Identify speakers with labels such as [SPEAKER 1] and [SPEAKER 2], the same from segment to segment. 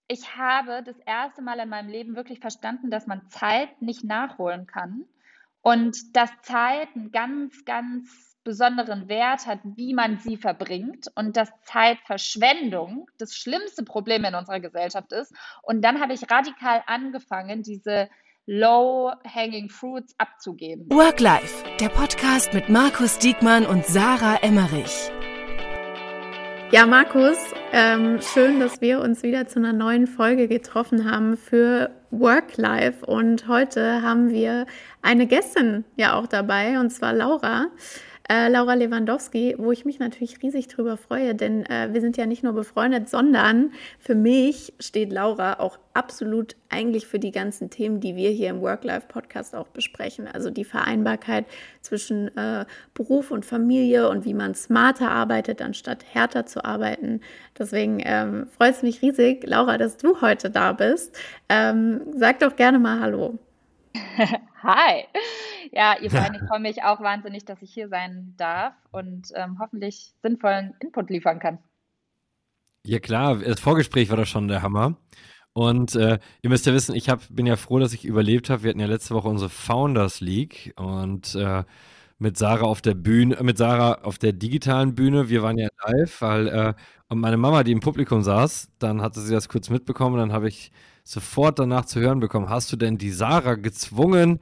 [SPEAKER 1] ich habe das erste Mal in meinem Leben wirklich verstanden, dass man Zeit nicht nachholen kann und dass Zeit einen ganz, ganz besonderen Wert hat, wie man sie verbringt und dass Zeitverschwendung das schlimmste Problem in unserer Gesellschaft ist. Und dann habe ich radikal angefangen, diese low-hanging fruits abzugeben.
[SPEAKER 2] Work-Life, der Podcast mit Markus Diekmann und Sarah Emmerich.
[SPEAKER 3] Ja, Markus, schön, dass wir uns wieder zu einer neuen Folge getroffen haben für Work-Life. Und heute haben wir eine Gästin ja auch dabei, und zwar Laura. Laura Lewandowski, wo ich mich natürlich riesig drüber freue, denn wir sind ja nicht nur befreundet, sondern für mich steht Laura auch absolut eigentlich für die ganzen Themen, die wir hier im Work-Life-Podcast auch besprechen. Also die Vereinbarkeit zwischen Beruf und Familie und wie man smarter arbeitet, anstatt härter zu arbeiten. Deswegen freut es mich riesig, Laura, dass du heute da bist. Sag doch gerne mal Hallo.
[SPEAKER 1] Hi. Ja, ihr beiden, ich freue mich auch wahnsinnig, dass ich hier sein darf und hoffentlich sinnvollen Input liefern kann.
[SPEAKER 4] Ja klar, das Vorgespräch war doch schon der Hammer. Und ihr müsst ja wissen, bin ja froh, dass ich überlebt habe. Wir hatten ja letzte Woche unsere Founders League und mit Sarah auf der digitalen Bühne. Wir waren ja live, und meine Mama, die im Publikum saß, dann hatte sie das kurz mitbekommen. Dann habe ich sofort danach zu hören bekommen: Hast du denn die Sarah gezwungen,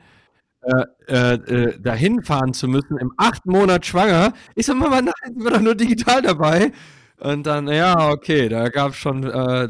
[SPEAKER 4] dahin fahren zu müssen, im 8. Monat schwanger? Ich so, Mama, nein, sie war doch nur digital dabei. Und dann, ja, okay, da gab es schon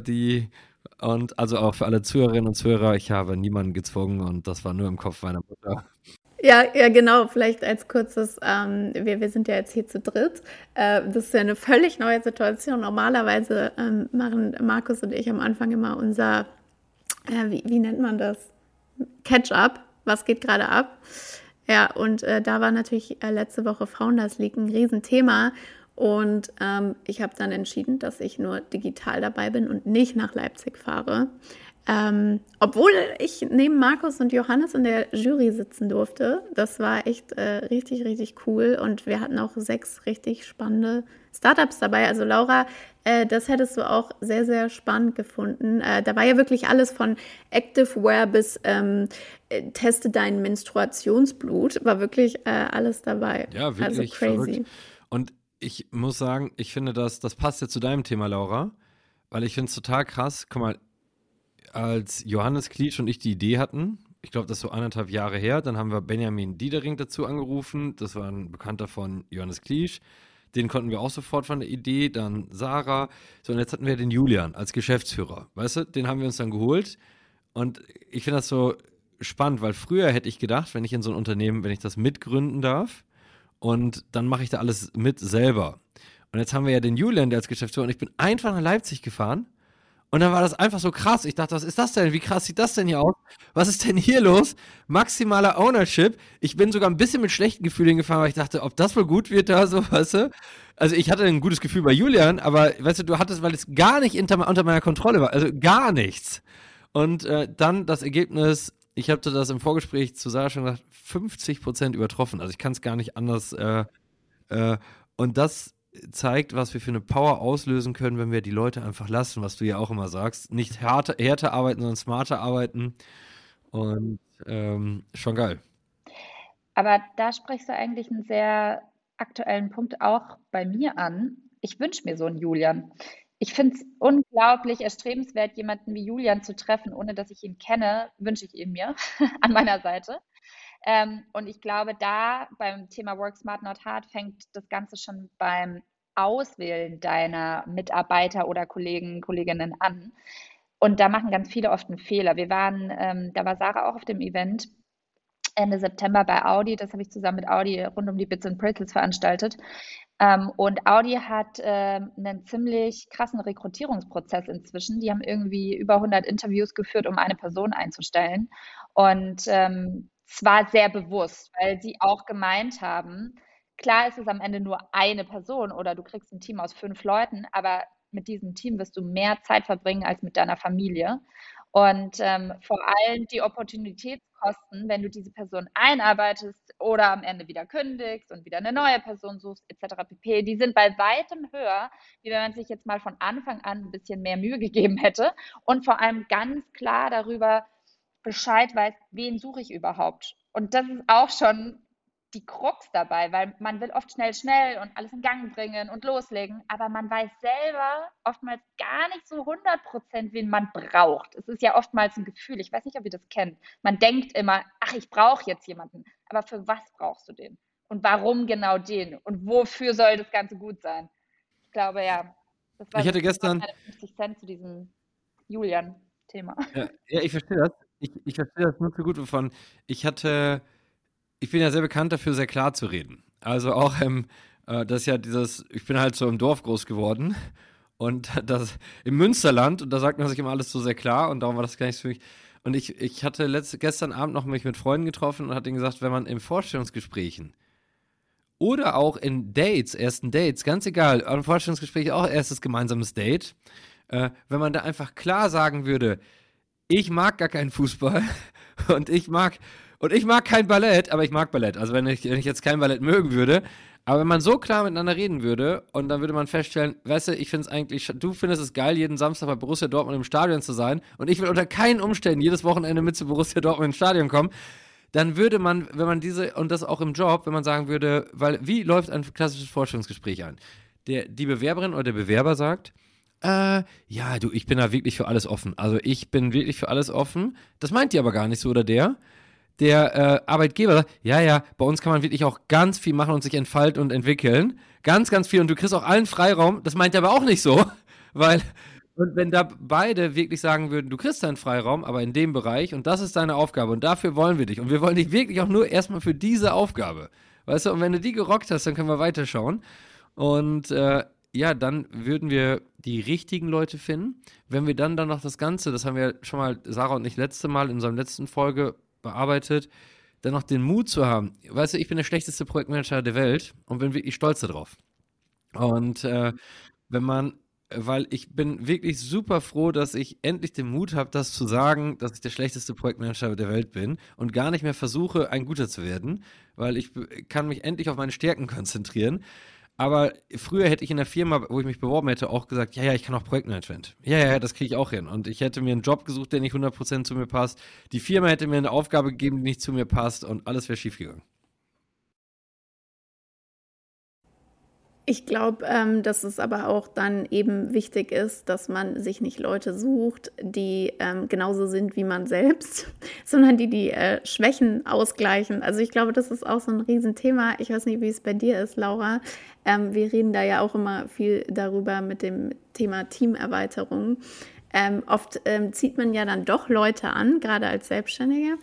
[SPEAKER 4] und also auch für alle Zuhörerinnen und Zuhörer, ich habe niemanden gezwungen und das war nur im Kopf meiner Mutter.
[SPEAKER 3] Ja, genau, vielleicht als kurzes, wir sind ja jetzt hier zu dritt. Das ist ja eine völlig neue Situation. Normalerweise machen Markus und ich am Anfang immer unser, wie nennt man das? Catch-up. Was geht gerade ab? Ja, und da war natürlich letzte Woche Founders League ein Riesenthema. Und ich habe dann entschieden, dass ich nur digital dabei bin und nicht nach Leipzig fahre. Obwohl ich neben Markus und Johannes in der Jury sitzen durfte. Das war echt richtig, richtig cool. Und wir hatten auch 6 richtig spannende Startups dabei. Also Laura, das hättest du auch sehr, sehr spannend gefunden. Da war ja wirklich alles von Activewear bis teste dein Menstruationsblut. War wirklich alles dabei.
[SPEAKER 4] Ja, wirklich
[SPEAKER 3] also crazy.
[SPEAKER 4] Verrückt. Und ich muss sagen, ich finde, das passt ja zu deinem Thema, Laura, weil ich finde es total krass. Guck mal, als Johannes Kliesch und ich die Idee hatten, ich glaube, das ist so 1,5 Jahre her, dann haben wir Benjamin Diedering dazu angerufen, das war ein Bekannter von Johannes Kliesch, den konnten wir auch sofort von der Idee, dann Sarah, so, und jetzt hatten wir den Julian als Geschäftsführer, weißt du, den haben wir uns dann geholt und ich finde das so spannend, weil früher hätte ich gedacht, wenn ich in so ein Unternehmen, wenn ich das mitgründen darf und dann mache ich da alles mit selber. Und jetzt haben wir ja den Julian, der als Geschäftsführer, und ich bin einfach nach Leipzig gefahren. Und dann war das einfach so krass. Ich dachte, was ist das denn? Wie krass sieht das denn hier aus? Was ist denn hier los? Maximaler Ownership. Ich bin sogar ein bisschen mit schlechten Gefühlen hingefahren, weil ich dachte, ob das wohl gut wird da, so, weißt du? Also ich hatte ein gutes Gefühl bei Julian, aber weißt du hattest, weil es gar nicht unter meiner Kontrolle war, also gar nichts. Und dann das Ergebnis, ich habe das im Vorgespräch zu Sarah schon gesagt, 50% übertroffen. Also ich kann es gar nicht anders. Und das zeigt, was wir für eine Power auslösen können, wenn wir die Leute einfach lassen, was du ja auch immer sagst. Nicht härter arbeiten, sondern smarter arbeiten. Und schon geil.
[SPEAKER 1] Aber da sprichst du eigentlich einen sehr aktuellen Punkt auch bei mir an. Ich wünsche mir so einen Julian. Ich finde es unglaublich erstrebenswert, jemanden wie Julian zu treffen, ohne dass ich ihn kenne, wünsche ich ihn mir an meiner Seite. Und ich glaube, da beim Thema Work Smart Not Hard fängt das Ganze schon beim Auswählen deiner Mitarbeiter oder Kolleginnen an. Und da machen ganz viele oft einen Fehler. Da war Sarah auch auf dem Event Ende September bei Audi. Das habe ich zusammen mit Audi rund um die Bits and Pretzels veranstaltet. Und Audi hat einen ziemlich krassen Rekrutierungsprozess inzwischen. Die haben irgendwie über 100 Interviews geführt, um eine Person einzustellen. Und es war sehr bewusst, weil sie auch gemeint haben, klar ist es am Ende nur eine Person oder du kriegst ein Team aus 5 Leuten, aber mit diesem Team wirst du mehr Zeit verbringen als mit deiner Familie. Und vor allem die Opportunitätskosten, wenn du diese Person einarbeitest oder am Ende wieder kündigst und wieder eine neue Person suchst, etc. pp., die sind bei weitem höher, wie wenn man sich jetzt mal von Anfang an ein bisschen mehr Mühe gegeben hätte und vor allem ganz klar darüber Bescheid weiß, wen suche ich überhaupt. Und das ist auch schon die Krux dabei, weil man will oft schnell und alles in Gang bringen und loslegen, aber man weiß selber oftmals gar nicht so 100%, wen man braucht. Es ist ja oftmals ein Gefühl, ich weiß nicht, ob ihr das kennt. Man denkt immer, ach, ich brauche jetzt jemanden, aber für was brauchst du den? Und warum genau den? Und wofür soll das Ganze gut sein? Ich glaube, ja, das war
[SPEAKER 4] Ich
[SPEAKER 1] so
[SPEAKER 4] hatte gestern,
[SPEAKER 1] meine 50 Cent zu diesem Julian-Thema.
[SPEAKER 4] ja, ich verstehe das. Ich verstehe das nur zu gut, wovon ich bin ja sehr bekannt dafür, sehr klar zu reden. Also auch, das ist ja ich bin halt so im Dorf groß geworden und das im Münsterland und da sagt man sich immer alles so sehr klar und darum war das gar nichts für mich. Und ich hatte gestern Abend noch mich mit Freunden getroffen und hatte ihnen gesagt, wenn man in Vorstellungsgesprächen oder auch in Dates, ersten Dates, ganz egal, ein Vorstellungsgespräch auch erstes gemeinsames Date, wenn man da einfach klar sagen würde, ich mag gar keinen Fußball und ich mag kein Ballett, aber ich mag Ballett. Also wenn ich jetzt kein Ballett mögen würde, aber wenn man so klar miteinander reden würde und dann würde man feststellen, weißt du, ich finde es eigentlich, du findest es geil, jeden Samstag bei Borussia Dortmund im Stadion zu sein und ich will unter keinen Umständen jedes Wochenende mit zu Borussia Dortmund ins Stadion kommen, dann würde man, wenn man und das auch im Job, wenn man sagen würde, weil wie läuft ein klassisches Vorstellungsgespräch an? Die Bewerberin oder der Bewerber sagt, ja, du, ich bin da wirklich für alles offen. Also ich bin wirklich für alles offen. Das meint die aber gar nicht so, oder der? Der Arbeitgeber sagt, ja, ja, bei uns kann man wirklich auch ganz viel machen und sich entfalten und entwickeln. Ganz, ganz viel. Und du kriegst auch allen Freiraum. Das meint er aber auch nicht so. Weil, und wenn da beide wirklich sagen würden, du kriegst deinen Freiraum, aber in dem Bereich und das ist deine Aufgabe und dafür wollen wir dich. Und wir wollen dich wirklich auch nur erstmal für diese Aufgabe. Weißt du, und wenn du die gerockt hast, dann können wir weiterschauen. Und ja, dann würden wir die richtigen Leute finden. Wenn wir dann noch das Ganze, das haben wir schon mal, Sarah und ich, letzte Mal in unserer letzten Folge bearbeitet, dann noch den Mut zu haben. Weißt du, ich bin der schlechteste Projektmanager der Welt und bin wirklich stolz darauf. Und weil ich bin wirklich super froh, dass ich endlich den Mut habe, das zu sagen, dass ich der schlechteste Projektmanager der Welt bin und gar nicht mehr versuche, ein guter zu werden, weil ich kann mich endlich auf meine Stärken konzentrieren. Aber früher hätte ich in der Firma, wo ich mich beworben hätte, auch gesagt, ja, ja, ich kann auch Projektmanagement. Ja, ja, das kriege ich auch hin. Und ich hätte mir einen Job gesucht, der nicht 100% zu mir passt. Die Firma hätte mir eine Aufgabe gegeben, die nicht zu mir passt und alles wäre schiefgegangen.
[SPEAKER 3] Ich glaube, dass es aber auch dann eben wichtig ist, dass man sich nicht Leute sucht, die genauso sind wie man selbst, sondern die Schwächen ausgleichen. Also ich glaube, das ist auch so ein Riesenthema. Ich weiß nicht, wie es bei dir ist, Laura. Wir reden da ja auch immer viel darüber mit dem Thema Teamerweiterung. Oft zieht man ja dann doch Leute an, gerade als Selbstständige.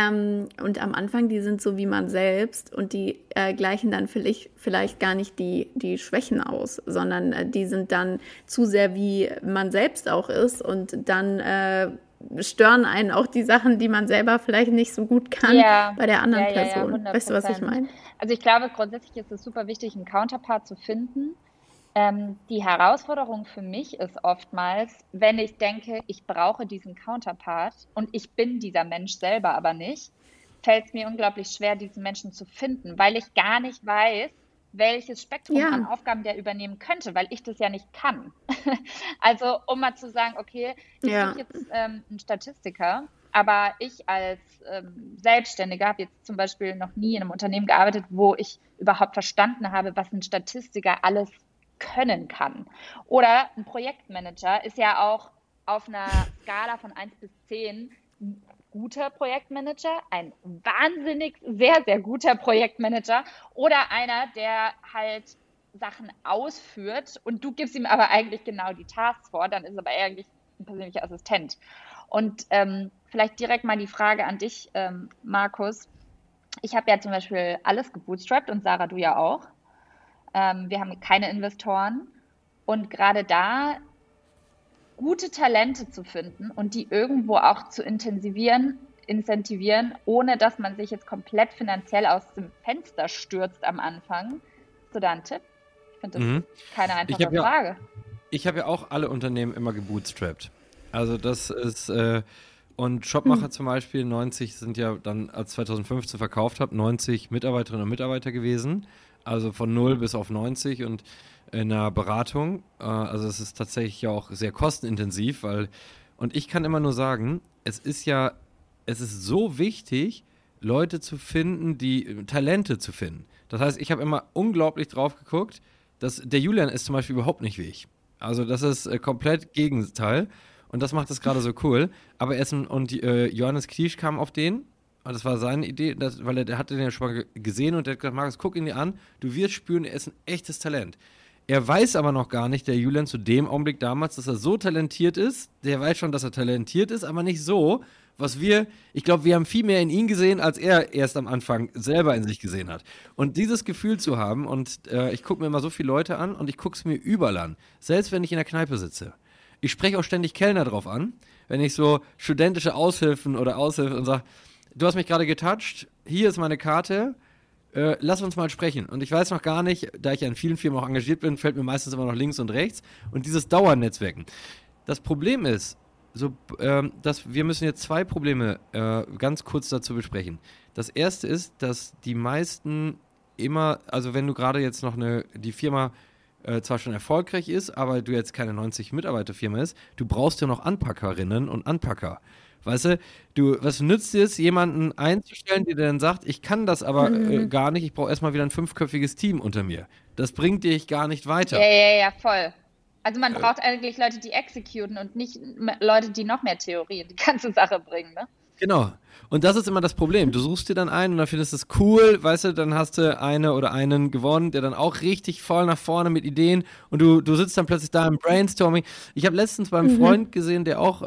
[SPEAKER 3] Und am Anfang, die sind so wie man selbst und die gleichen dann vielleicht gar nicht die Schwächen aus, sondern die sind dann zu sehr wie man selbst auch ist und dann stören einen auch die Sachen, die man selber vielleicht nicht so gut kann bei der anderen Person.
[SPEAKER 1] Ja,
[SPEAKER 3] Weißt du, was ich meine?
[SPEAKER 1] Also ich glaube, grundsätzlich ist es super wichtig, einen Counterpart zu finden. Die Herausforderung für mich ist oftmals, wenn ich denke, ich brauche diesen Counterpart und ich bin dieser Mensch selber aber nicht, fällt es mir unglaublich schwer, diesen Menschen zu finden, weil ich gar nicht weiß, welches Spektrum an Aufgaben der übernehmen könnte, weil ich das ja nicht kann. Also um mal zu sagen, okay, ich suche jetzt einen Statistiker, aber ich als Selbstständiger habe jetzt zum Beispiel noch nie in einem Unternehmen gearbeitet, wo ich überhaupt verstanden habe, was ein Statistiker alles können kann. Oder ein Projektmanager ist ja auch auf einer Skala von 1 bis 10 ein guter Projektmanager, ein wahnsinnig sehr, sehr guter Projektmanager oder einer, der halt Sachen ausführt und du gibst ihm aber eigentlich genau die Tasks vor, dann ist er aber eigentlich ein persönlicher Assistent. Und vielleicht direkt mal die Frage an dich, Markus. Ich habe ja zum Beispiel alles gebootstrapped und Sarah, du ja auch. Wir haben keine Investoren und gerade da gute Talente zu finden und die irgendwo auch zu incentivieren, ohne dass man sich jetzt komplett finanziell aus dem Fenster stürzt am Anfang. Hast du da einen Tipp? Ich finde, das ist keine einfache Frage.
[SPEAKER 4] Ich habe ja auch alle Unternehmen immer gebootstrapped. Also das ist, und Shopmacher zum Beispiel, 90 sind ja dann, als 2015 verkauft habe, 90 Mitarbeiterinnen und Mitarbeiter gewesen. Also von 0 bis auf 90 und in der Beratung. Also es ist tatsächlich ja auch sehr kostenintensiv, und ich kann immer nur sagen, es ist so wichtig, Leute zu finden, Talente zu finden. Das heißt, ich habe immer unglaublich drauf geguckt, dass der Julian ist zum Beispiel überhaupt nicht wie ich. Also das ist komplett Gegenteil. Und das macht es gerade so cool. Aber Johannes Kliesch kam auf den. Und das war seine Idee, weil der hatte den ja schon mal gesehen und der hat gesagt, Markus, guck ihn dir an. Du wirst spüren, er ist ein echtes Talent. Er weiß aber noch gar nicht, der Julian zu dem Augenblick damals, dass er so talentiert ist. Der weiß schon, dass er talentiert ist, aber nicht so, ich glaube, wir haben viel mehr in ihn gesehen, als er erst am Anfang selber in sich gesehen hat. Und dieses Gefühl zu haben, und ich gucke mir immer so viele Leute an und ich gucke es mir überall an, selbst wenn ich in der Kneipe sitze. Ich spreche auch ständig Kellner drauf an, wenn ich so studentische Aushilfen und sage, du hast mich gerade getoucht, hier ist meine Karte, lass uns mal sprechen. Und ich weiß noch gar nicht, da ich ja in vielen Firmen auch engagiert bin, fällt mir meistens immer noch links und rechts. Und dieses Dauernetzwerken. Das Problem ist, dass wir müssen jetzt 2 Probleme ganz kurz dazu besprechen. Das erste ist, dass die meisten immer, also wenn du gerade jetzt noch die Firma zwar schon erfolgreich ist, aber du jetzt keine 90-Mitarbeiter-Firma ist, du brauchst ja noch Anpackerinnen und Anpacker. Weißt du, was nützt es, jemanden einzustellen, der dann sagt, ich kann das aber gar nicht, ich brauche erstmal wieder ein 5-köpfiges Team unter mir. Das bringt dich gar nicht weiter.
[SPEAKER 1] Ja, voll. Also man braucht eigentlich Leute, die exekuten und nicht Leute, die noch mehr Theorie in die ganze Sache bringen, ne?
[SPEAKER 4] Genau. Und das ist immer das Problem. Du suchst dir dann einen und dann findest du es cool, weißt du, dann hast du eine oder einen gewonnen, der dann auch richtig voll nach vorne mit Ideen und du sitzt dann plötzlich da im Brainstorming. Ich habe letztens beim Freund gesehen, der auch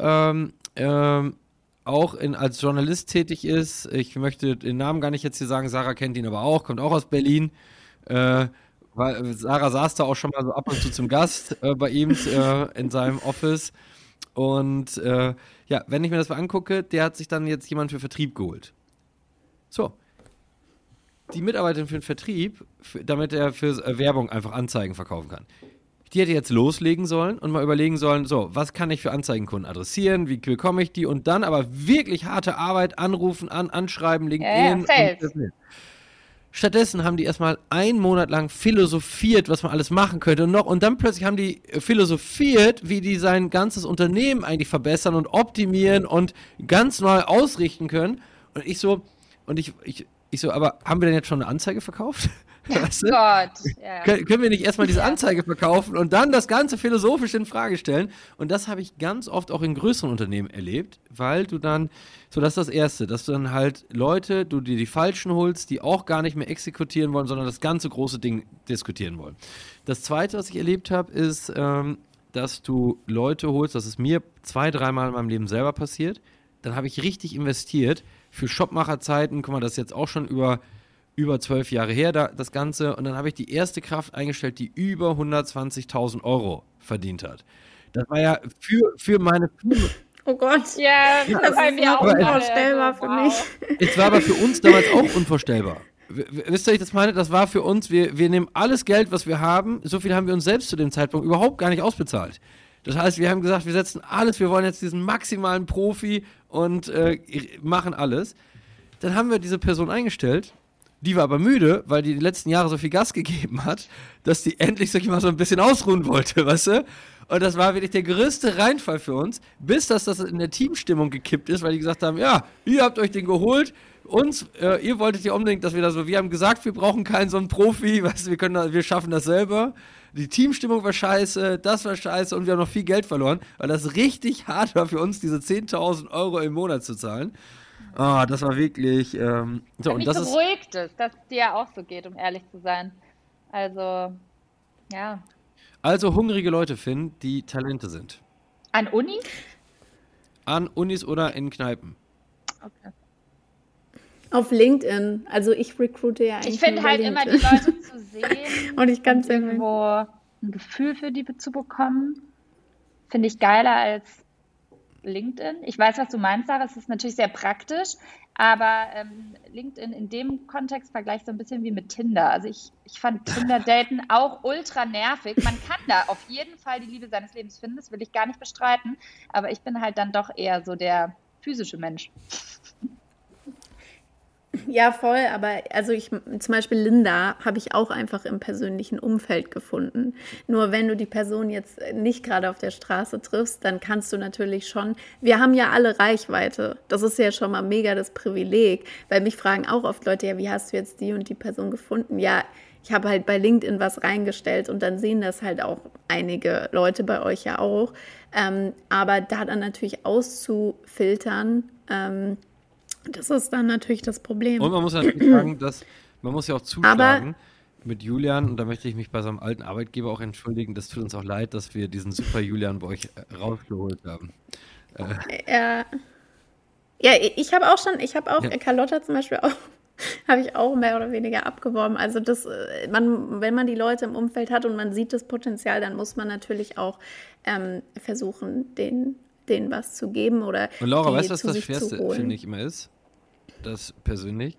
[SPEAKER 4] als Journalist tätig ist. Ich möchte den Namen gar nicht jetzt hier sagen, Sarah kennt ihn aber auch, kommt auch aus Berlin. Weil Sarah saß da auch schon mal so ab und zu zum Gast bei ihm in seinem Office. Und wenn ich mir das mal angucke, der hat sich dann jetzt jemand für Vertrieb geholt. So. Die Mitarbeiterin für den Vertrieb, damit er für Werbung einfach Anzeigen verkaufen kann. Die hätte jetzt loslegen sollen und mal überlegen sollen, so, was kann ich für Anzeigenkunden adressieren, wie bekomme ich die und dann aber wirklich harte Arbeit anrufen, anschreiben, LinkedIn.
[SPEAKER 1] Sales.
[SPEAKER 4] Stattdessen haben die erstmal einen Monat lang philosophiert, was man alles machen könnte und dann plötzlich haben die philosophiert, wie die sein ganzes Unternehmen eigentlich verbessern und optimieren und ganz neu ausrichten können. Und ich so, aber haben wir denn jetzt schon eine Anzeige verkauft? Weißt du?
[SPEAKER 1] Gott. Ja.
[SPEAKER 4] Können wir nicht erstmal diese Anzeige verkaufen und dann das Ganze philosophisch in Frage stellen? Und das habe ich ganz oft auch in größeren Unternehmen erlebt, weil du dann, das ist das Erste, dass du dann halt Leute, du dir die Falschen holst, die auch gar nicht mehr exekutieren wollen, sondern das ganze große Ding diskutieren wollen. Das Zweite, was ich erlebt habe, ist, dass du Leute holst, das ist mir 2-3 Mal in meinem Leben selber passiert, dann habe ich richtig investiert für Shopmacherzeiten, guck mal, das ist jetzt auch schon über 12 Jahre her, das Ganze. Und dann habe ich die erste Kraft eingestellt, die über 120.000 € verdient hat. Das war ja für meine Firma.
[SPEAKER 3] Oh Gott.
[SPEAKER 1] Ja, das
[SPEAKER 3] ist ja auch unvorstellbar für mich.
[SPEAKER 4] Es war aber für uns damals auch unvorstellbar. Wisst ihr, ich das meine? Das war für uns, wir nehmen alles Geld, was wir haben, so viel haben wir uns selbst zu dem Zeitpunkt überhaupt gar nicht ausbezahlt. Das heißt, wir haben gesagt, wir setzen alles, wir wollen jetzt diesen maximalen Profi und machen alles. Dann haben wir diese Person eingestellt. Die war aber müde, weil die letzten Jahre so viel Gas gegeben hat, dass die endlich sich mal so ein bisschen ausruhen wollte, weißt du? Und das war wirklich der größte Reinfall für uns, bis das in der Teamstimmung gekippt ist, weil die gesagt haben, ja, ihr habt euch den geholt, ihr wolltet ja unbedingt, dass wir haben gesagt, wir brauchen keinen so einen Profi, weißt du, wir schaffen das selber. Die Teamstimmung war scheiße, das war scheiße und wir haben noch viel Geld verloren, weil das richtig hart war für uns, diese 10.000 € im Monat zu zahlen. Das war wirklich.
[SPEAKER 1] Mich beruhigt es, dass es dir auch so geht, um ehrlich zu sein. Also, ja.
[SPEAKER 4] Also hungrige Leute finden, die Talente sind.
[SPEAKER 1] An Unis?
[SPEAKER 4] An Unis oder in Kneipen.
[SPEAKER 1] Okay.
[SPEAKER 3] Auf LinkedIn. Also ich recruite ja eigentlich.
[SPEAKER 1] Ich finde halt immer, die Leute zu sehen
[SPEAKER 3] und ich kann es
[SPEAKER 1] irgendwo ein Gefühl für die zu bekommen, finde ich geiler als LinkedIn. Ich weiß, was du meinst, Sarah. Es ist natürlich sehr praktisch, Aber LinkedIn in dem Kontext vergleicht so ein bisschen wie mit Tinder. Also ich fand Tinder-Daten auch ultra nervig. Man kann da auf jeden Fall die Liebe seines Lebens finden, das will ich gar nicht bestreiten. Aber ich bin halt dann doch eher so der physische Mensch.
[SPEAKER 3] Ja, voll, aber also zum Beispiel Linda habe ich auch einfach im persönlichen Umfeld gefunden. Nur wenn du die Person jetzt nicht gerade auf der Straße triffst, dann kannst du natürlich schon, wir haben ja alle Reichweite, das ist ja schon mal mega das Privileg, weil mich fragen auch oft Leute, ja, wie hast du jetzt die und die Person gefunden? Ja, ich habe halt bei LinkedIn was reingestellt und dann sehen das halt auch einige Leute bei euch ja auch, aber da dann natürlich auszufiltern, das ist dann natürlich das Problem.
[SPEAKER 4] Und man muss natürlich sagen, man muss ja auch zuschlagen mit Julian, und da möchte ich mich bei seinem alten Arbeitgeber auch entschuldigen, das tut uns auch leid, dass wir diesen super Julian bei euch rausgeholt haben.
[SPEAKER 3] Ja, ich habe auch Carlotta zum Beispiel auch, habe ich auch mehr oder weniger abgeworben. Also wenn man die Leute im Umfeld hat und man sieht das Potenzial, dann muss man natürlich auch versuchen, denen was zu geben oder
[SPEAKER 4] und Laura, weißt du, was das Schwerste, finde ich, immer ist? Das persönlich.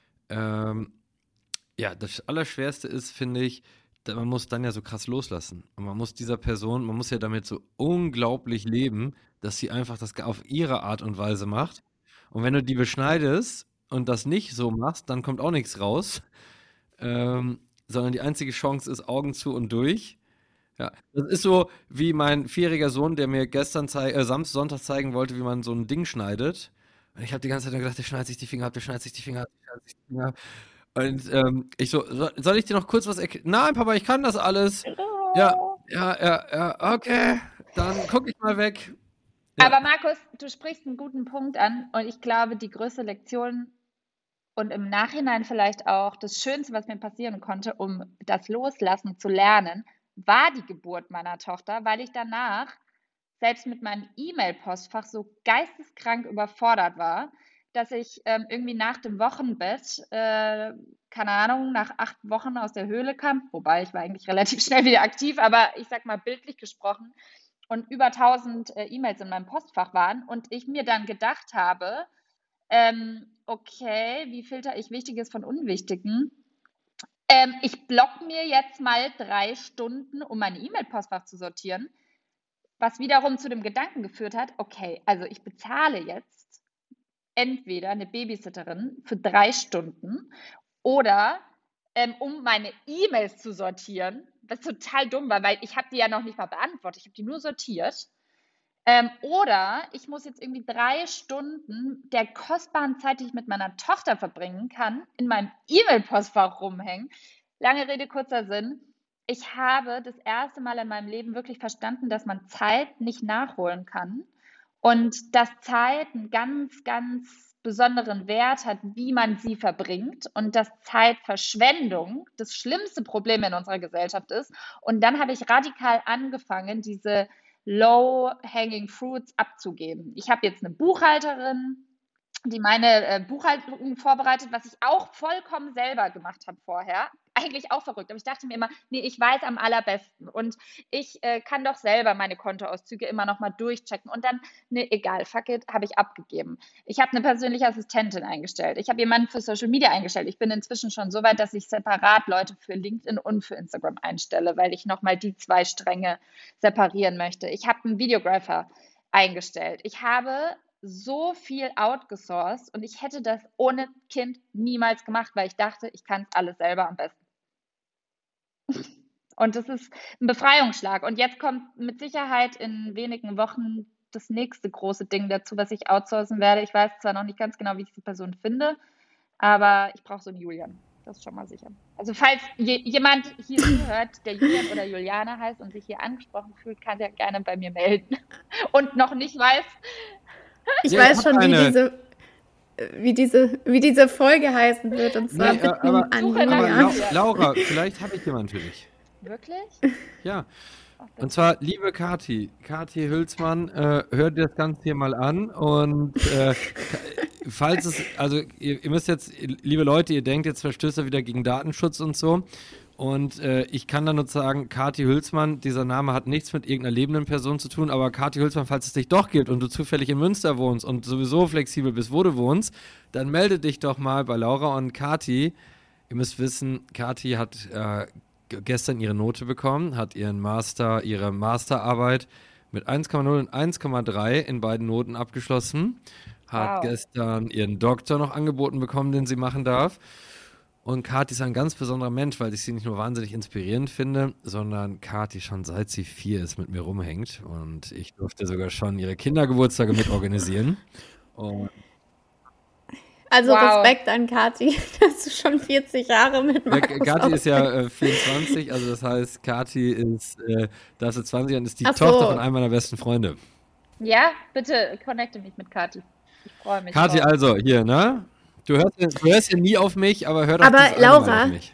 [SPEAKER 4] Das Allerschwerste ist, finde ich, man muss dann ja so krass loslassen. Und man muss man muss ja damit so unglaublich leben, dass sie einfach das auf ihre Art und Weise macht. Und wenn du die beschneidest und das nicht so machst, dann kommt auch nichts raus. Sondern die einzige Chance ist Augen zu und durch. Ja, das ist so wie mein 4-jähriger Sohn, der mir gestern Sonntag zeigen wollte, wie man so ein Ding schneidet. Und ich habe die ganze Zeit gedacht, der schneidet sich die Finger ab, der schneidet sich die Finger ab, der schneidet sich die Finger ab. Und ich so, soll ich dir noch kurz was erklären? Nein, Papa, ich kann das alles. Ja, okay, dann gucke ich mal weg. Ja.
[SPEAKER 1] Aber Markus, du sprichst einen guten Punkt an und ich glaube, die größte Lektion und im Nachhinein vielleicht auch das Schönste, was mir passieren konnte, um das Loslassen zu lernen, war die Geburt meiner Tochter, weil ich danach selbst mit meinem E-Mail-Postfach so geisteskrank überfordert war, dass ich irgendwie nach dem Wochenbett, keine Ahnung, nach 8 Wochen aus der Höhle kam, wobei ich war eigentlich relativ schnell wieder aktiv, aber ich sag mal bildlich gesprochen, und über 1000 E-Mails in meinem Postfach waren und ich mir dann gedacht habe, okay, wie filter ich Wichtiges von Unwichtigen? Ich block mir jetzt mal 3 Stunden, um mein E-Mail-Postfach zu sortieren, was wiederum zu dem Gedanken geführt hat, okay, also ich bezahle jetzt entweder eine Babysitterin für 3 Stunden oder um meine E-Mails zu sortieren, was total dumm war, weil ich habe die ja noch nicht mal beantwortet, ich habe die nur sortiert. Oder ich muss jetzt irgendwie 3 Stunden der kostbaren Zeit, die ich mit meiner Tochter verbringen kann, in meinem E-Mail-Postfach rumhängen. Lange Rede, kurzer Sinn. Ich habe das erste Mal in meinem Leben wirklich verstanden, dass man Zeit nicht nachholen kann und dass Zeit einen ganz, ganz besonderen Wert hat, wie man sie verbringt und dass Zeitverschwendung das schlimmste Problem in unserer Gesellschaft ist. Und dann habe ich radikal angefangen, diese Low-Hanging Fruits abzugeben. Ich habe jetzt eine Buchhalterin, die meine Buchhaltung vorbereitet, was ich auch vollkommen selber gemacht habe vorher. Eigentlich auch verrückt. Aber ich dachte mir immer, nee, ich weiß am allerbesten. Und ich kann doch selber meine Kontoauszüge immer noch mal durchchecken. Und dann, nee, egal, fuck it, habe ich abgegeben. Ich habe eine persönliche Assistentin eingestellt. Ich habe jemanden für Social Media eingestellt. Ich bin inzwischen schon so weit, dass ich separat Leute für LinkedIn und für Instagram einstelle, weil ich noch mal die 2 Stränge separieren möchte. Ich habe einen Videographer eingestellt. Ich habe so viel outgesourced und ich hätte das ohne Kind niemals gemacht, weil ich dachte, ich kann es alles selber am besten. Und das ist ein Befreiungsschlag. Und jetzt kommt mit Sicherheit in wenigen Wochen das nächste große Ding dazu, was ich outsourcen werde. Ich weiß zwar noch nicht ganz genau, wie ich die Person finde, aber ich brauche so einen Julian. Das ist schon mal sicher. Also falls jemand hier zuhört, der Julian oder Juliane heißt und sich hier angesprochen fühlt, kann der gerne bei mir melden. Und noch nicht weiß,
[SPEAKER 3] ich weiß schon, wie diese Folge heißen wird. Und zwar
[SPEAKER 4] aber Laura, vielleicht habe ich jemanden für dich.
[SPEAKER 1] Wirklich?
[SPEAKER 4] Ja. Und zwar, liebe Kathi Hülsmann, hört dir das Ganze hier mal an und falls es, also ihr müsst jetzt, liebe Leute, ihr denkt jetzt Verstöße wieder gegen Datenschutz und so. Und ich kann da nur sagen, Kathi Hülsmann, dieser Name hat nichts mit irgendeiner lebenden Person zu tun, aber Kathi Hülsmann, falls es dich doch gibt und du zufällig in Münster wohnst und sowieso flexibel bist, wo du wohnst, dann melde dich doch mal bei Laura und Kathi. Ihr müsst wissen, Kathi hat gestern ihre Note bekommen, hat ihre Masterarbeit mit 1,0 und 1,3 in beiden Noten abgeschlossen, hat gestern ihren Doktor noch angeboten bekommen, den sie machen darf. Und Kathi ist ein ganz besonderer Mensch, weil ich sie nicht nur wahnsinnig inspirierend finde, sondern Kathi schon seit sie 4 ist mit mir rumhängt. Und ich durfte sogar schon ihre Kindergeburtstage mit organisieren. Und
[SPEAKER 3] Also Respekt an Kathi, dass du schon 40 Jahre mit Markus
[SPEAKER 4] Kathi ist ja 24, also das heißt, Kathi ist, da ist sie 20 und ist die Tochter von einem meiner besten Freunde.
[SPEAKER 1] Ja, bitte connecte mich mit Kathi. Ich freue mich.
[SPEAKER 4] Kathi, also hier, ne? Du hörst ja nie auf mich, aber hör doch
[SPEAKER 3] Laura,
[SPEAKER 4] auf mich.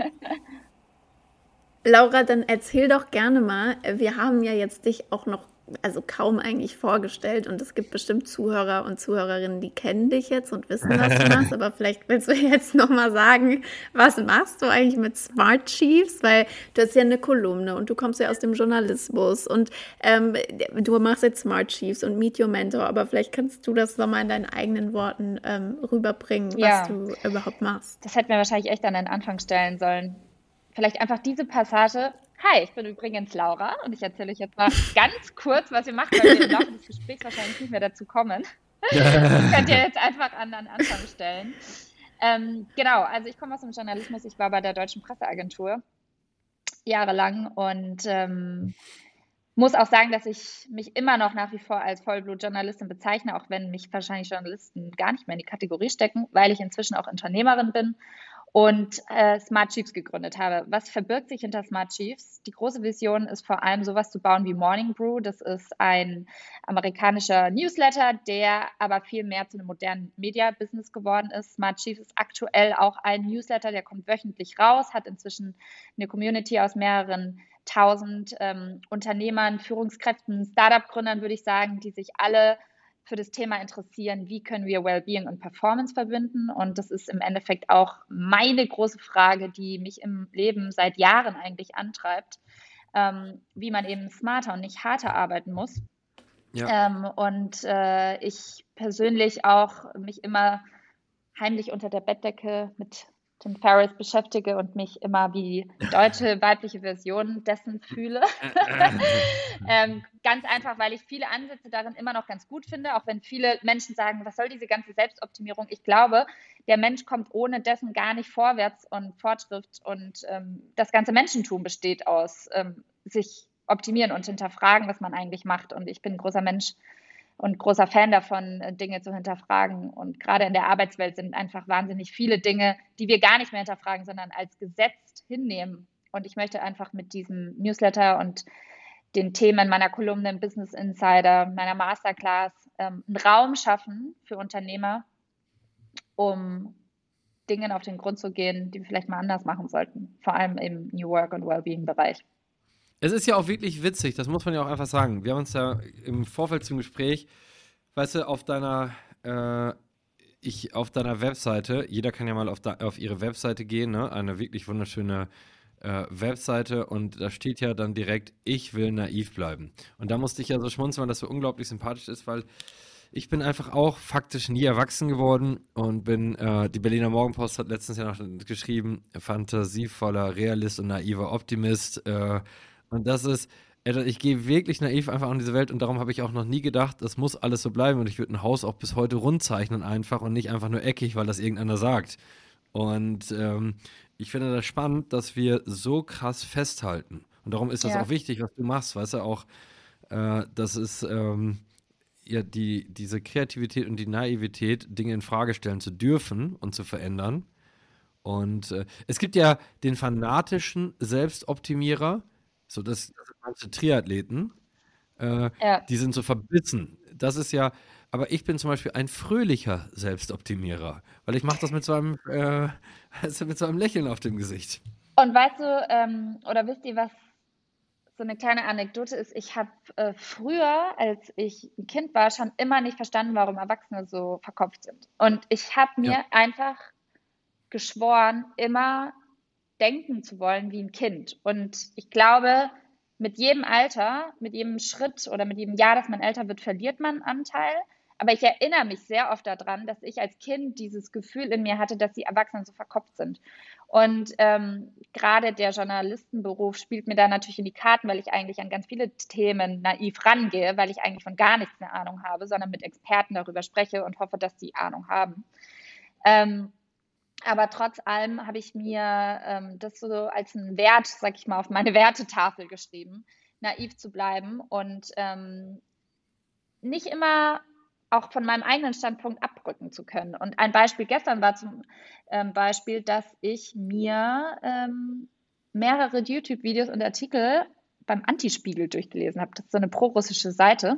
[SPEAKER 3] Laura, dann erzähl doch gerne mal, wir haben ja jetzt dich auch noch kaum eigentlich vorgestellt und es gibt bestimmt Zuhörer und Zuhörerinnen, die kennen dich jetzt und wissen, was du machst, aber vielleicht willst du jetzt nochmal sagen, was machst du eigentlich mit Smart Chiefs, weil du hast ja eine Kolumne und du kommst ja aus dem Journalismus und du machst jetzt Smart Chiefs und Meet Your Mentor, aber vielleicht kannst du das nochmal in deinen eigenen Worten rüberbringen, was du überhaupt machst.
[SPEAKER 1] Das hätten wir wahrscheinlich echt an den Anfang stellen sollen. Vielleicht einfach diese Passage. Hi, ich bin übrigens Laura und ich erzähle euch jetzt mal ganz kurz, was wir machen, weil wir im Laufe des Gesprächs wahrscheinlich nicht mehr dazu kommen. Das könnt ihr jetzt einfach an den Anfang stellen. Genau, also ich komme aus dem Journalismus. Ich war bei der Deutschen Presseagentur jahrelang und muss auch sagen, dass ich mich immer noch nach wie vor als Vollblut-Journalistin bezeichne, auch wenn mich wahrscheinlich Journalisten gar nicht mehr in die Kategorie stecken, weil ich inzwischen auch Unternehmerin bin und Smart Chiefs gegründet habe. Was verbirgt sich hinter Smart Chiefs? Die große Vision ist vor allem sowas zu bauen wie Morning Brew. Das ist ein amerikanischer Newsletter, der aber viel mehr zu einem modernen Media-Business geworden ist. Smart Chiefs ist aktuell auch ein Newsletter, der kommt wöchentlich raus, hat inzwischen eine Community aus mehreren 1000 Unternehmern, Führungskräften, Startup-Gründern, würde ich sagen, die sich alle für das Thema interessieren, wie können wir Wellbeing und Performance verbinden. Und das ist im Endeffekt auch meine große Frage, die mich im Leben seit Jahren eigentlich antreibt, wie man eben smarter und nicht harter arbeiten muss. Ja. Ich persönlich auch mich immer heimlich unter der Bettdecke mit Tim Ferriss beschäftige und mich immer wie die deutsche weibliche Version dessen fühle. Ganz einfach, weil ich viele Ansätze darin immer noch ganz gut finde, auch wenn viele Menschen sagen, was soll diese ganze Selbstoptimierung? Ich glaube, der Mensch kommt ohne dessen gar nicht vorwärts und Fortschritt und das ganze Menschentum besteht aus sich optimieren und hinterfragen, was man eigentlich macht. Und ich bin ein großer Mensch und großer Fan davon, Dinge zu hinterfragen. Und gerade in der Arbeitswelt sind einfach wahnsinnig viele Dinge, die wir gar nicht mehr hinterfragen, sondern als gesetzt hinnehmen. Und ich möchte einfach mit diesem Newsletter und den Themen meiner Kolumne im Business Insider, meiner Masterclass, einen Raum schaffen für Unternehmer, um Dingen auf den Grund zu gehen, die wir vielleicht mal anders machen sollten. Vor allem im New Work und Wellbeing-Bereich.
[SPEAKER 4] Es ist ja auch wirklich witzig, das muss man ja auch einfach sagen. Wir haben uns ja im Vorfeld zum Gespräch, weißt du, auf deiner Webseite, jeder kann ja mal auf ihre Webseite gehen, ne? Eine wirklich wunderschöne Webseite und da steht ja dann direkt, ich will naiv bleiben. Und da musste ich ja so schmunzeln, weil das so unglaublich sympathisch ist, weil ich bin einfach auch faktisch nie erwachsen geworden und die Berliner Morgenpost hat letztens ja noch geschrieben, fantasievoller Realist und naiver Optimist, und das ist, ich gehe wirklich naiv einfach an diese Welt und darum habe ich auch noch nie gedacht, das muss alles so bleiben und ich würde ein Haus auch bis heute rund zeichnen einfach und nicht einfach nur eckig, weil das irgendeiner sagt. Und ich finde das spannend, dass wir so krass festhalten. Und darum ist das auch wichtig, was du machst, weißt du, auch das ist diese Kreativität und die Naivität, Dinge in Frage stellen zu dürfen und zu verändern. Und es gibt ja den fanatischen Selbstoptimierer, so das sind manche Triathleten, die sind so verbissen. Das ist ja, aber ich bin zum Beispiel ein fröhlicher Selbstoptimierer, weil ich mache das mit so einem Lächeln auf dem Gesicht.
[SPEAKER 1] Und weißt du, oder wisst ihr, was so eine kleine Anekdote ist? Ich habe früher, als ich ein Kind war, schon immer nicht verstanden, warum Erwachsene so verkopft sind. Und ich habe mir einfach geschworen, immer denken zu wollen wie ein Kind. Und ich glaube, mit jedem Alter, mit jedem Schritt oder mit jedem Jahr, dass man älter wird, verliert man einen Anteil. Aber ich erinnere mich sehr oft daran, dass ich als Kind dieses Gefühl in mir hatte, dass die Erwachsenen so verkopft sind. Und gerade der Journalistenberuf spielt mir da natürlich in die Karten, weil ich eigentlich an ganz viele Themen naiv rangehe, weil ich eigentlich von gar nichts eine Ahnung habe, sondern mit Experten darüber spreche und hoffe, dass die Ahnung haben. Aber trotz allem habe ich mir das so als einen Wert, sag ich mal, auf meine Wertetafel geschrieben, naiv zu bleiben und nicht immer auch von meinem eigenen Standpunkt abrücken zu können. Und ein Beispiel gestern war zum Beispiel, dass ich mir mehrere YouTube-Videos und Artikel beim Antispiegel durchgelesen habe. Das ist so eine prorussische Seite,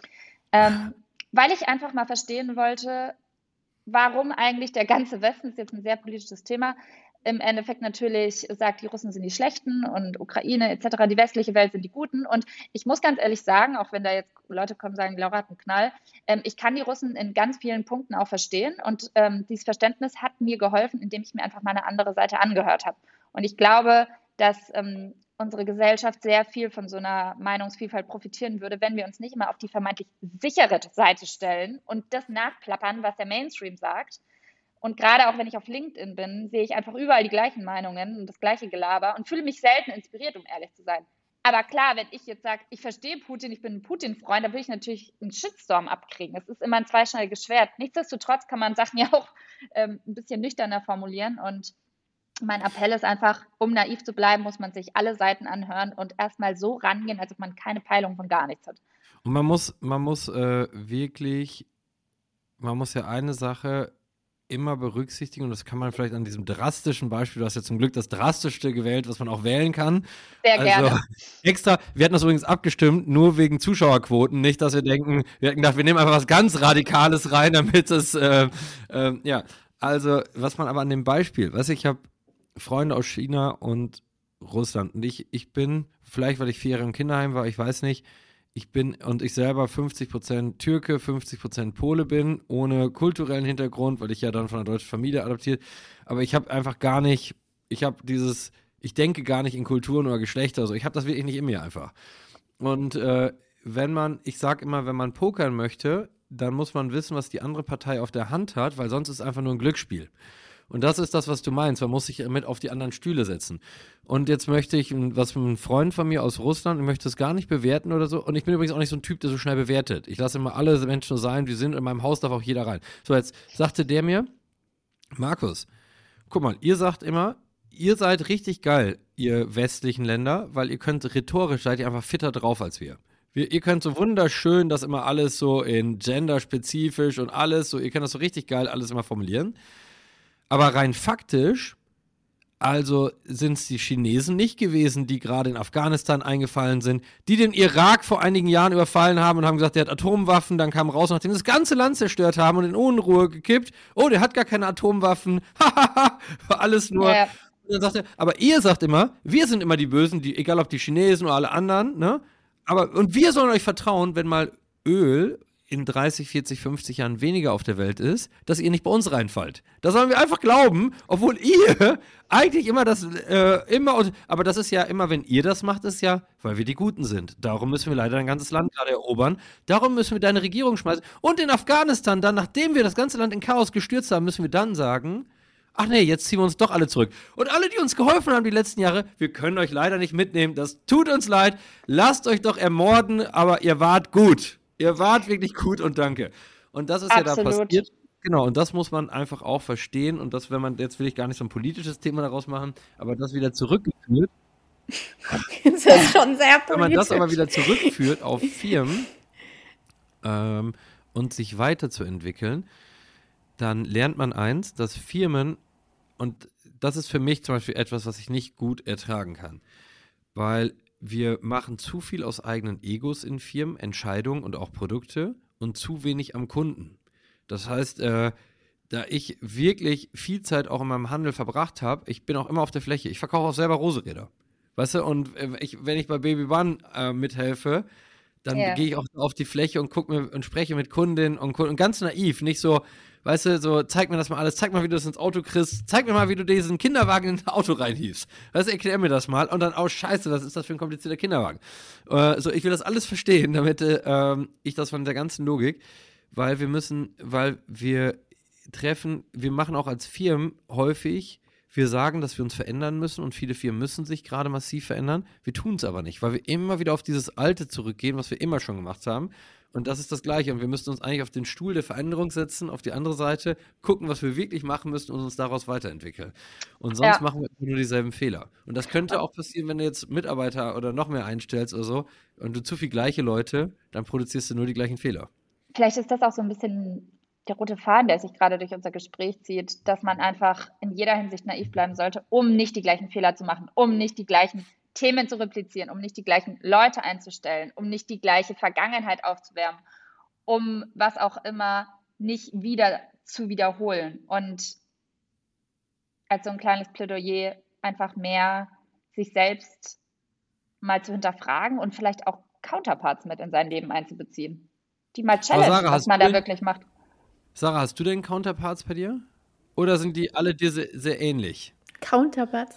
[SPEAKER 1] weil ich einfach mal verstehen wollte, warum eigentlich der ganze Westen, das ist jetzt ein sehr politisches Thema, im Endeffekt natürlich sagt, die Russen sind die Schlechten und Ukraine etc., die westliche Welt sind die Guten. Und ich muss ganz ehrlich sagen, auch wenn da jetzt Leute kommen und sagen, Laura hat einen Knall, ich kann die Russen in ganz vielen Punkten auch verstehen. Und dieses Verständnis hat mir geholfen, indem ich mir einfach mal eine andere Seite angehört habe. Und ich glaube, dass unsere Gesellschaft sehr viel von so einer Meinungsvielfalt profitieren würde, wenn wir uns nicht immer auf die vermeintlich sichere Seite stellen und das nachplappern, was der Mainstream sagt. Und gerade auch wenn ich auf LinkedIn bin, sehe ich einfach überall die gleichen Meinungen und das gleiche Gelaber und fühle mich selten inspiriert, um ehrlich zu sein. Aber klar, wenn ich jetzt sage, ich verstehe Putin, ich bin ein Putin-Freund, dann will ich natürlich einen Shitstorm abkriegen. Es ist immer ein zweischneidiges Schwert. Nichtsdestotrotz kann man Sachen ja auch ein bisschen nüchterner formulieren. Und mein Appell ist einfach, um naiv zu bleiben, muss man sich alle Seiten anhören und erstmal so rangehen, als ob man keine Peilung von gar nichts hat.
[SPEAKER 4] Und man muss wirklich, man muss ja eine Sache immer berücksichtigen, und das kann man vielleicht an diesem drastischen Beispiel, du hast ja zum Glück das drastischste gewählt, was man auch wählen kann.
[SPEAKER 1] Sehr gerne.
[SPEAKER 4] Extra, wir hatten das übrigens abgestimmt, nur wegen Zuschauerquoten, nicht, dass wir denken, wir hätten gedacht, wir nehmen einfach was ganz Radikales rein, damit es, ja, also, was man aber an dem Beispiel, weißt du, ich habe Freunde aus China und Russland und ich bin, vielleicht weil ich 4 Jahre im Kinderheim war, ich weiß nicht, ich selber 50% Türke, 50% Pole bin, ohne kulturellen Hintergrund, weil ich ja dann von einer deutschen Familie adoptiert, aber ich habe einfach gar nicht, ich denke gar nicht in Kulturen oder Geschlechter, also ich habe das wirklich nicht in mir einfach. Und ich sage immer, wenn man pokern möchte, dann muss man wissen, was die andere Partei auf der Hand hat, weil sonst ist es einfach nur ein Glücksspiel. Und das ist das, was du meinst. Man muss sich mit auf die anderen Stühle setzen. Und jetzt möchte ich, was mit einem Freund von mir aus Russland, ich möchte das gar nicht bewerten oder so. Und ich bin übrigens auch nicht so ein Typ, der so schnell bewertet. Ich lasse immer alle Menschen so sein, wie sie sind. In meinem Haus darf auch jeder rein. So, jetzt sagte der mir, Markus, guck mal, ihr sagt immer, ihr seid richtig geil, ihr westlichen Länder, weil ihr könnt rhetorisch, seid ihr einfach fitter drauf als wir. Ihr könnt so wunderschön das immer alles so in genderspezifisch und alles so, ihr könnt das so richtig geil alles immer formulieren. Aber rein faktisch, also sind es die Chinesen nicht gewesen, die gerade in Afghanistan eingefallen sind, die den Irak vor einigen Jahren überfallen haben und haben gesagt, der hat Atomwaffen, dann kam raus, nachdem das ganze Land zerstört haben und in Unruhe gekippt, oh, der hat gar keine Atomwaffen, hahaha, alles nur. Ja. Und dann sagt er, aber ihr sagt immer, wir sind immer die Bösen, egal ob die Chinesen oder alle anderen, ne? Und wir sollen euch vertrauen, wenn mal Öl in 30, 40, 50 Jahren weniger auf der Welt ist, dass ihr nicht bei uns reinfallt. Da sollen wir einfach glauben, obwohl ihr eigentlich immer aber das ist ja immer, wenn ihr das macht, ist ja, weil wir die Guten sind. Darum müssen wir leider ein ganzes Land gerade erobern. Darum müssen wir deine Regierung schmeißen. Und in Afghanistan dann, nachdem wir das ganze Land in Chaos gestürzt haben, müssen wir dann sagen, ach nee, jetzt ziehen wir uns doch alle zurück. Und alle, die uns geholfen haben die letzten Jahre, wir können euch leider nicht mitnehmen, das tut uns leid, lasst euch doch ermorden, aber ihr wart gut. Ihr wart wirklich gut und danke. Und das ist Absolut. Ja da passiert. Genau, und das muss man einfach auch verstehen. Und das, wenn man, jetzt will ich gar nicht so ein politisches Thema daraus machen, aber das wieder zurückgeführt.
[SPEAKER 3] Das ist schon sehr politisch.
[SPEAKER 4] Wenn man das aber wieder zurückführt auf Firmen und sich weiterzuentwickeln, dann lernt man eins, dass Firmen, und das ist für mich zum Beispiel etwas, was ich nicht gut ertragen kann, weil wir machen zu viel aus eigenen Egos in Firmen, Entscheidungen und auch Produkte und zu wenig am Kunden. Das heißt, da ich wirklich viel Zeit auch in meinem Handel verbracht habe, ich bin auch immer auf der Fläche. Ich verkaufe auch selber Roseräder. Weißt du, und wenn ich bei Baby One mithelfe, dann gehe ich auch auf die Fläche und gucke mir und spreche mit Kundinnen und Kunden. Und ganz naiv, nicht so, weißt du, so, zeig mir das mal alles, zeig mal, wie du das ins Auto kriegst, zeig mir mal, wie du diesen Kinderwagen ins Auto reinhiefst. Weißt du, erklär mir das mal. Und dann, oh scheiße, was ist das für ein komplizierter Kinderwagen? So, ich will das alles verstehen, damit ich das von der ganzen Logik, weil wir machen auch als Firmen häufig, wir sagen, dass wir uns verändern müssen und viele Firmen müssen sich gerade massiv verändern. Wir tun es aber nicht, weil wir immer wieder auf dieses Alte zurückgehen, was wir immer schon gemacht haben. Und das ist das Gleiche. Und wir müssen uns eigentlich auf den Stuhl der Veränderung setzen, auf die andere Seite, gucken, was wir wirklich machen müssen und uns daraus weiterentwickeln. Und sonst machen wir nur dieselben Fehler. Und das könnte auch passieren, wenn du jetzt Mitarbeiter oder noch mehr einstellst oder so und du zu viel gleiche Leute, dann produzierst du nur die gleichen Fehler.
[SPEAKER 1] Vielleicht ist das auch so ein bisschen der rote Faden, der sich gerade durch unser Gespräch zieht, dass man einfach in jeder Hinsicht naiv bleiben sollte, um nicht die gleichen Fehler zu machen, um nicht die gleichen Themen zu replizieren, um nicht die gleichen Leute einzustellen, um nicht die gleiche Vergangenheit aufzuwärmen, um was auch immer nicht wieder zu wiederholen. Und als so ein kleines Plädoyer einfach mehr sich selbst mal zu hinterfragen und vielleicht auch Counterparts mit in sein Leben einzubeziehen, die mal challengen, was man da wirklich macht.
[SPEAKER 4] Sarah, hast du denn Counterparts bei dir? Oder sind die alle dir sehr, sehr ähnlich?
[SPEAKER 3] Counterparts?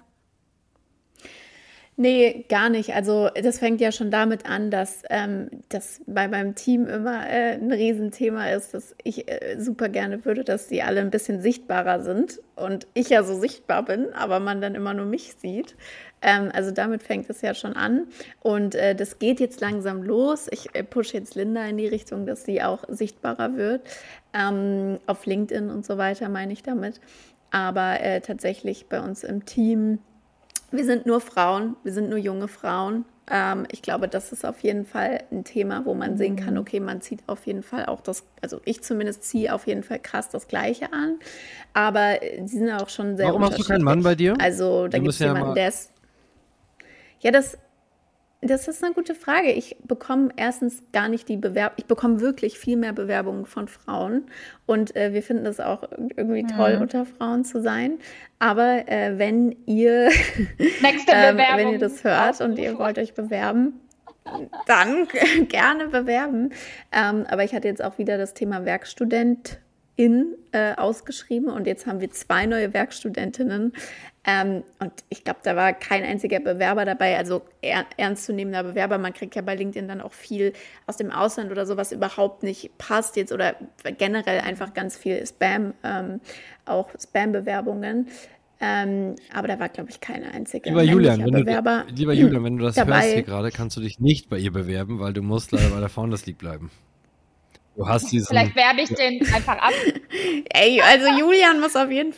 [SPEAKER 3] Nee, gar nicht. Also das fängt ja schon damit an, dass das bei meinem Team immer ein Riesenthema ist, dass ich super gerne würde, dass die alle ein bisschen sichtbarer sind und ich ja so sichtbar bin, aber man dann immer nur mich sieht. Also damit fängt es ja schon an und das geht jetzt langsam los. Ich pushe jetzt Linda in die Richtung, dass sie auch sichtbarer wird. Auf LinkedIn und so weiter meine ich damit. Aber tatsächlich bei uns im Team, wir sind nur Frauen, wir sind nur junge Frauen. Ich glaube, das ist auf jeden Fall ein Thema, wo man sehen kann, okay, man zieht auf jeden Fall auch das, also ich zumindest ziehe auf jeden Fall krass das Gleiche an, aber sie sind auch schon sehr unterschiedlich.
[SPEAKER 4] Warum hast du keinen Mann bei dir?
[SPEAKER 3] Also da gibt es jemanden, der ist, ja, das ist eine gute Frage. Ich bekomme erstens gar nicht die Bewerbung. Ich bekomme wirklich viel mehr Bewerbungen von Frauen. Und wir finden es auch irgendwie toll, unter Frauen zu sein. Aber wenn ihr, wenn ihr das hört und ihr wollt euch bewerben, dann gerne bewerben. Aber ich hatte jetzt auch wieder das Thema Werkstudentin ausgeschrieben und jetzt haben wir 2 neue Werkstudentinnen. Und ich glaube, da war kein einziger Bewerber dabei, also ernstzunehmender Bewerber. Man kriegt ja bei LinkedIn dann auch viel aus dem Ausland oder so, was überhaupt nicht passt jetzt oder generell einfach ganz viel Spam, auch Spam-Bewerbungen. Aber da war, glaube ich, keine einzige Bewerber.
[SPEAKER 4] Lieber Julian, wenn du das hörst hier gerade, kannst du dich nicht bei ihr bewerben, weil du musst leider bei der Founders League bleiben. Du hast
[SPEAKER 1] Vielleicht werbe ich den einfach ab.
[SPEAKER 3] Ey, also Julian muss auf jeden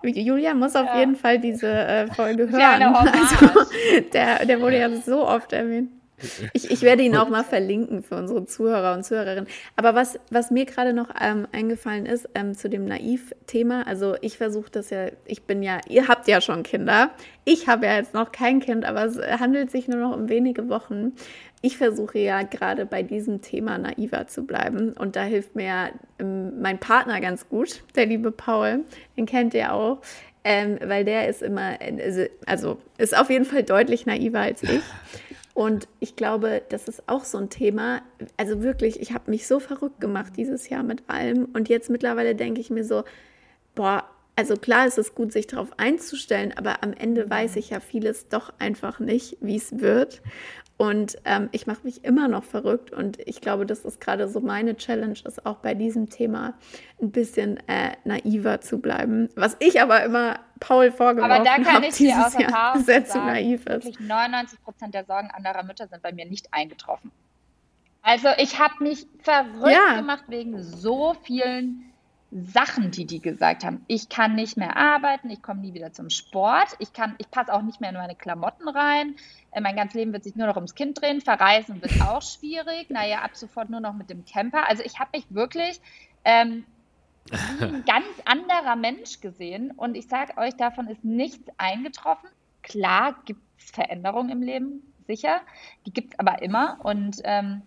[SPEAKER 3] Fall diese Folge hören. Also, der wurde ja so oft erwähnt. Ich werde ihn auch mal verlinken für unsere Zuhörer und Zuhörerinnen. Aber was mir gerade noch eingefallen ist zu dem Naiv-Thema, also ich versuche das ja, ihr habt ja schon Kinder. Ich habe ja jetzt noch kein Kind, aber es handelt sich nur noch um wenige Wochen. Ich versuche ja gerade bei diesem Thema naiver zu bleiben und da hilft mir ja mein Partner ganz gut, der liebe Paul, den kennt ihr auch, weil der ist immer, also ist auf jeden Fall deutlich naiver als ich. Und ich glaube, das ist auch so ein Thema, also wirklich, ich habe mich so verrückt gemacht dieses Jahr mit allem und jetzt mittlerweile denke ich mir so, boah, also klar ist es gut, sich darauf einzustellen, aber am Ende weiß ich ja vieles doch einfach nicht, wie es wird. Und ich mache mich immer noch verrückt und ich glaube, das ist gerade so meine Challenge, ist auch bei diesem Thema ein bisschen naiver zu bleiben. Was ich aber immer Paul vorgeworfen habe,
[SPEAKER 1] aber da kann ich dir aus Erfahrung
[SPEAKER 3] sehr zu naiv ist.
[SPEAKER 1] Wirklich 99% der Sorgen anderer Mütter sind bei mir nicht eingetroffen. Also ich habe mich verrückt gemacht wegen so vielen Sachen, die gesagt haben. Ich kann nicht mehr arbeiten, ich komme nie wieder zum Sport, ich passe auch nicht mehr in meine Klamotten rein, mein ganzes Leben wird sich nur noch ums Kind drehen, verreisen wird auch schwierig, naja, ab sofort nur noch mit dem Camper. Also ich habe mich wirklich wie ein ganz anderer Mensch gesehen und ich sage euch, davon ist nichts eingetroffen. Klar gibt es Veränderungen im Leben, sicher, die gibt es aber immer und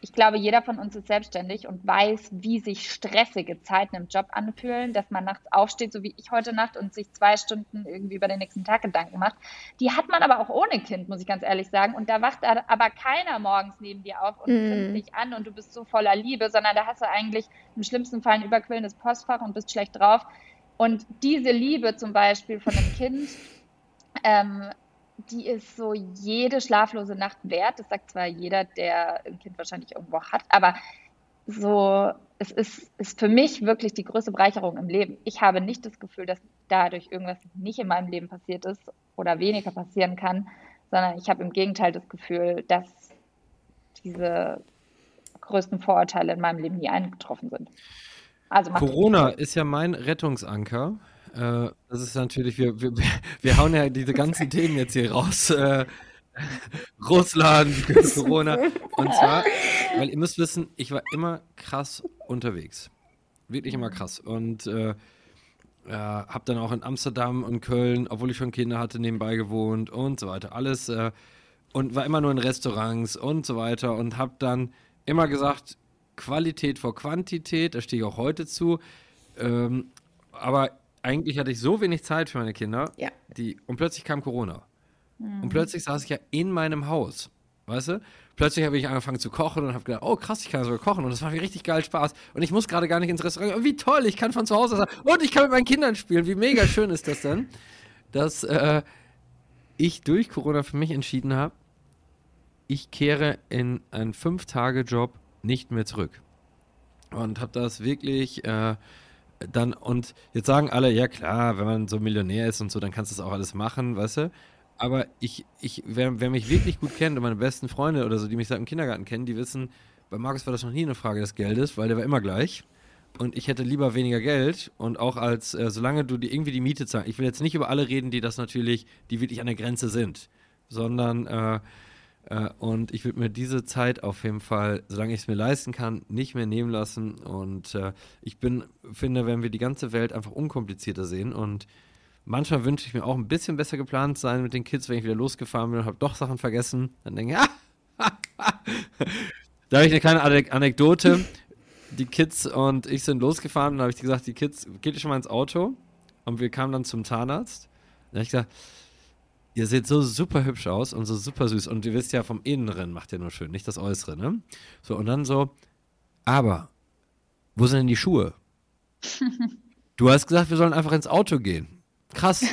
[SPEAKER 1] ich glaube, jeder von uns ist selbstständig und weiß, wie sich stressige Zeiten im Job anfühlen, dass man nachts aufsteht, so wie ich heute Nacht, und sich 2 Stunden irgendwie über den nächsten Tag Gedanken macht. Die hat man aber auch ohne Kind, muss ich ganz ehrlich sagen. Und da wacht aber keiner morgens neben dir auf und grinst dich an und du bist so voller Liebe, sondern da hast du eigentlich im schlimmsten Fall ein überquillendes Postfach und bist schlecht drauf. Und diese Liebe zum Beispiel von einem Kind, die ist so jede schlaflose Nacht wert. Das sagt zwar jeder, der ein Kind wahrscheinlich irgendwo hat, aber so, es ist für mich wirklich die größte Bereicherung im Leben. Ich habe nicht das Gefühl, dass dadurch irgendwas nicht in meinem Leben passiert ist oder weniger passieren kann, sondern ich habe im Gegenteil das Gefühl, dass diese größten Vorurteile in meinem Leben nie eingetroffen sind. Also
[SPEAKER 4] Corona ist ja mein Rettungsanker. Das ist natürlich, wir hauen ja diese ganzen Themen jetzt hier raus. Russland, Corona. Und zwar, weil ihr müsst wissen, ich war immer krass unterwegs. Wirklich immer krass. Und habe dann auch in Amsterdam und Köln, obwohl ich schon Kinder hatte, nebenbei gewohnt und so weiter. Alles. Und war immer nur in Restaurants und so weiter. Und habe dann immer gesagt, Qualität vor Quantität. Da stehe ich auch heute zu. Aber eigentlich hatte ich so wenig Zeit für meine Kinder.
[SPEAKER 3] Ja.
[SPEAKER 4] Und plötzlich kam Corona. Und plötzlich saß ich ja in meinem Haus, weißt du? Plötzlich habe ich angefangen zu kochen und habe gedacht, oh krass, ich kann sogar kochen und das macht mir richtig geil Spaß. Und ich muss gerade gar nicht ins Restaurant. Und wie toll, ich kann von zu Hause sein. Und ich kann mit meinen Kindern spielen. Wie mega schön ist das denn, dass ich durch Corona für mich entschieden habe, ich kehre in einen 5-Tage-Job nicht mehr zurück. Und habe das wirklich dann, und jetzt sagen alle, ja klar, wenn man so Millionär ist und so, dann kannst du das auch alles machen, weißt du? Aber wer mich wirklich gut kennt und meine besten Freunde oder so, die mich seit dem Kindergarten kennen, die wissen, bei Markus war das noch nie eine Frage des Geldes, weil der war immer gleich. Und ich hätte lieber weniger Geld und auch als, solange du irgendwie die Miete zahlst. Ich will jetzt nicht über alle reden, die wirklich an der Grenze sind, sondern und ich würde mir diese Zeit auf jeden Fall, solange ich es mir leisten kann, nicht mehr nehmen lassen. Und ich finde, wenn wir die ganze Welt einfach unkomplizierter sehen, und manchmal wünsche ich mir auch ein bisschen besser geplant sein mit den Kids, wenn ich wieder losgefahren bin und habe doch Sachen vergessen, dann denke ich, da habe ich eine kleine Anekdote. Die Kids und ich sind losgefahren und habe ich gesagt, die Kids, geht ihr schon mal ins Auto? Und wir kamen dann zum Zahnarzt. Da habe ich gesagt, ihr seht so super hübsch aus und so super süß. Und ihr wisst ja, vom Inneren macht ihr nur schön, nicht das Äußere, ne? So, und dann so, aber, wo sind denn die Schuhe? Du hast gesagt, wir sollen einfach ins Auto gehen. Krass.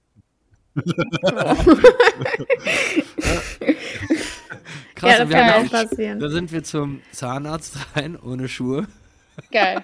[SPEAKER 4] Krass,
[SPEAKER 3] ja, das kann auch passieren.
[SPEAKER 4] Da sind wir zum Zahnarzt rein, ohne Schuhe.
[SPEAKER 1] Geil.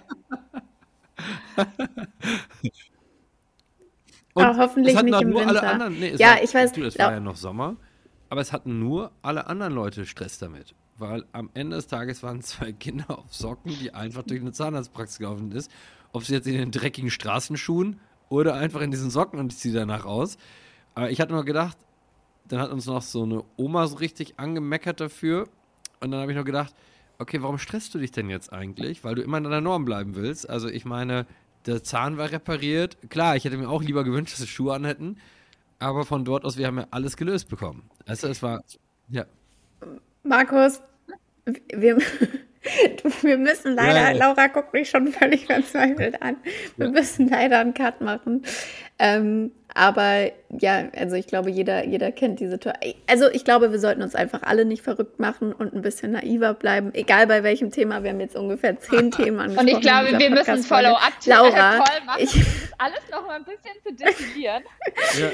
[SPEAKER 4] Und
[SPEAKER 3] aber hoffentlich nicht im Winter.
[SPEAKER 4] Ich weiß. Es war ja noch Sommer, aber es hatten nur alle anderen Leute Stress damit. Weil am Ende des Tages waren 2 Kinder auf Socken, die einfach durch eine Zahnarztpraxis gelaufen ist. Ob sie jetzt in den dreckigen Straßenschuhen oder einfach in diesen Socken, und ich ziehe danach aus. Aber ich hatte nur gedacht, dann hat uns noch so eine Oma so richtig angemeckert dafür. Und dann habe ich noch gedacht, okay, warum stresst du dich denn jetzt eigentlich? Weil du immer in deiner Norm bleiben willst. Also ich meine, der Zahn war repariert. Klar, ich hätte mir auch lieber gewünscht, dass sie Schuhe anhätten. Aber von dort aus, wir haben ja alles gelöst bekommen. Also es war, ja.
[SPEAKER 3] Markus, wir müssen leider, ja. Laura guckt mich schon völlig verzweifelt an. Wir müssen leider einen Cut machen. Aber ja, also ich glaube, jeder kennt diese Situation. Also ich glaube, wir sollten uns einfach alle nicht verrückt machen und ein bisschen naiver bleiben, egal bei welchem Thema. Wir haben jetzt ungefähr 10 Themen angesprochen.
[SPEAKER 1] Und ich glaube, wir müssen Follow-up
[SPEAKER 3] Laura,
[SPEAKER 1] machen, um das alles noch mal ein bisschen zu destillieren.
[SPEAKER 4] Ja.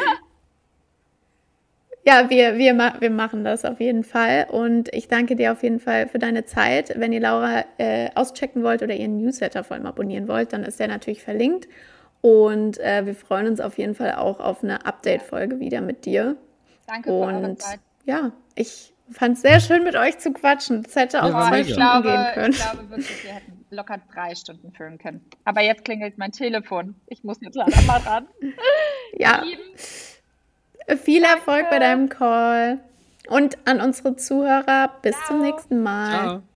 [SPEAKER 3] Ja, wir machen das auf jeden Fall, und ich danke dir auf jeden Fall für deine Zeit. Wenn ihr Laura auschecken wollt oder ihren Newsletter vor allem abonnieren wollt, dann ist der natürlich verlinkt, und wir freuen uns auf jeden Fall auch auf eine Update-Folge wieder mit dir.
[SPEAKER 1] Danke für eure Zeit.
[SPEAKER 3] Ja, ich fand es sehr schön, mit euch zu quatschen. Das hätte auch 2 Stunden gehen können.
[SPEAKER 1] Ich glaube wirklich, wir hätten locker 3 Stunden füllen können. Aber jetzt klingelt mein Telefon. Ich muss jetzt leider mal ran.
[SPEAKER 3] Ja. Viel Erfolg bei deinem Call. Und an unsere Zuhörer, bis zum nächsten Mal.
[SPEAKER 4] Ciao.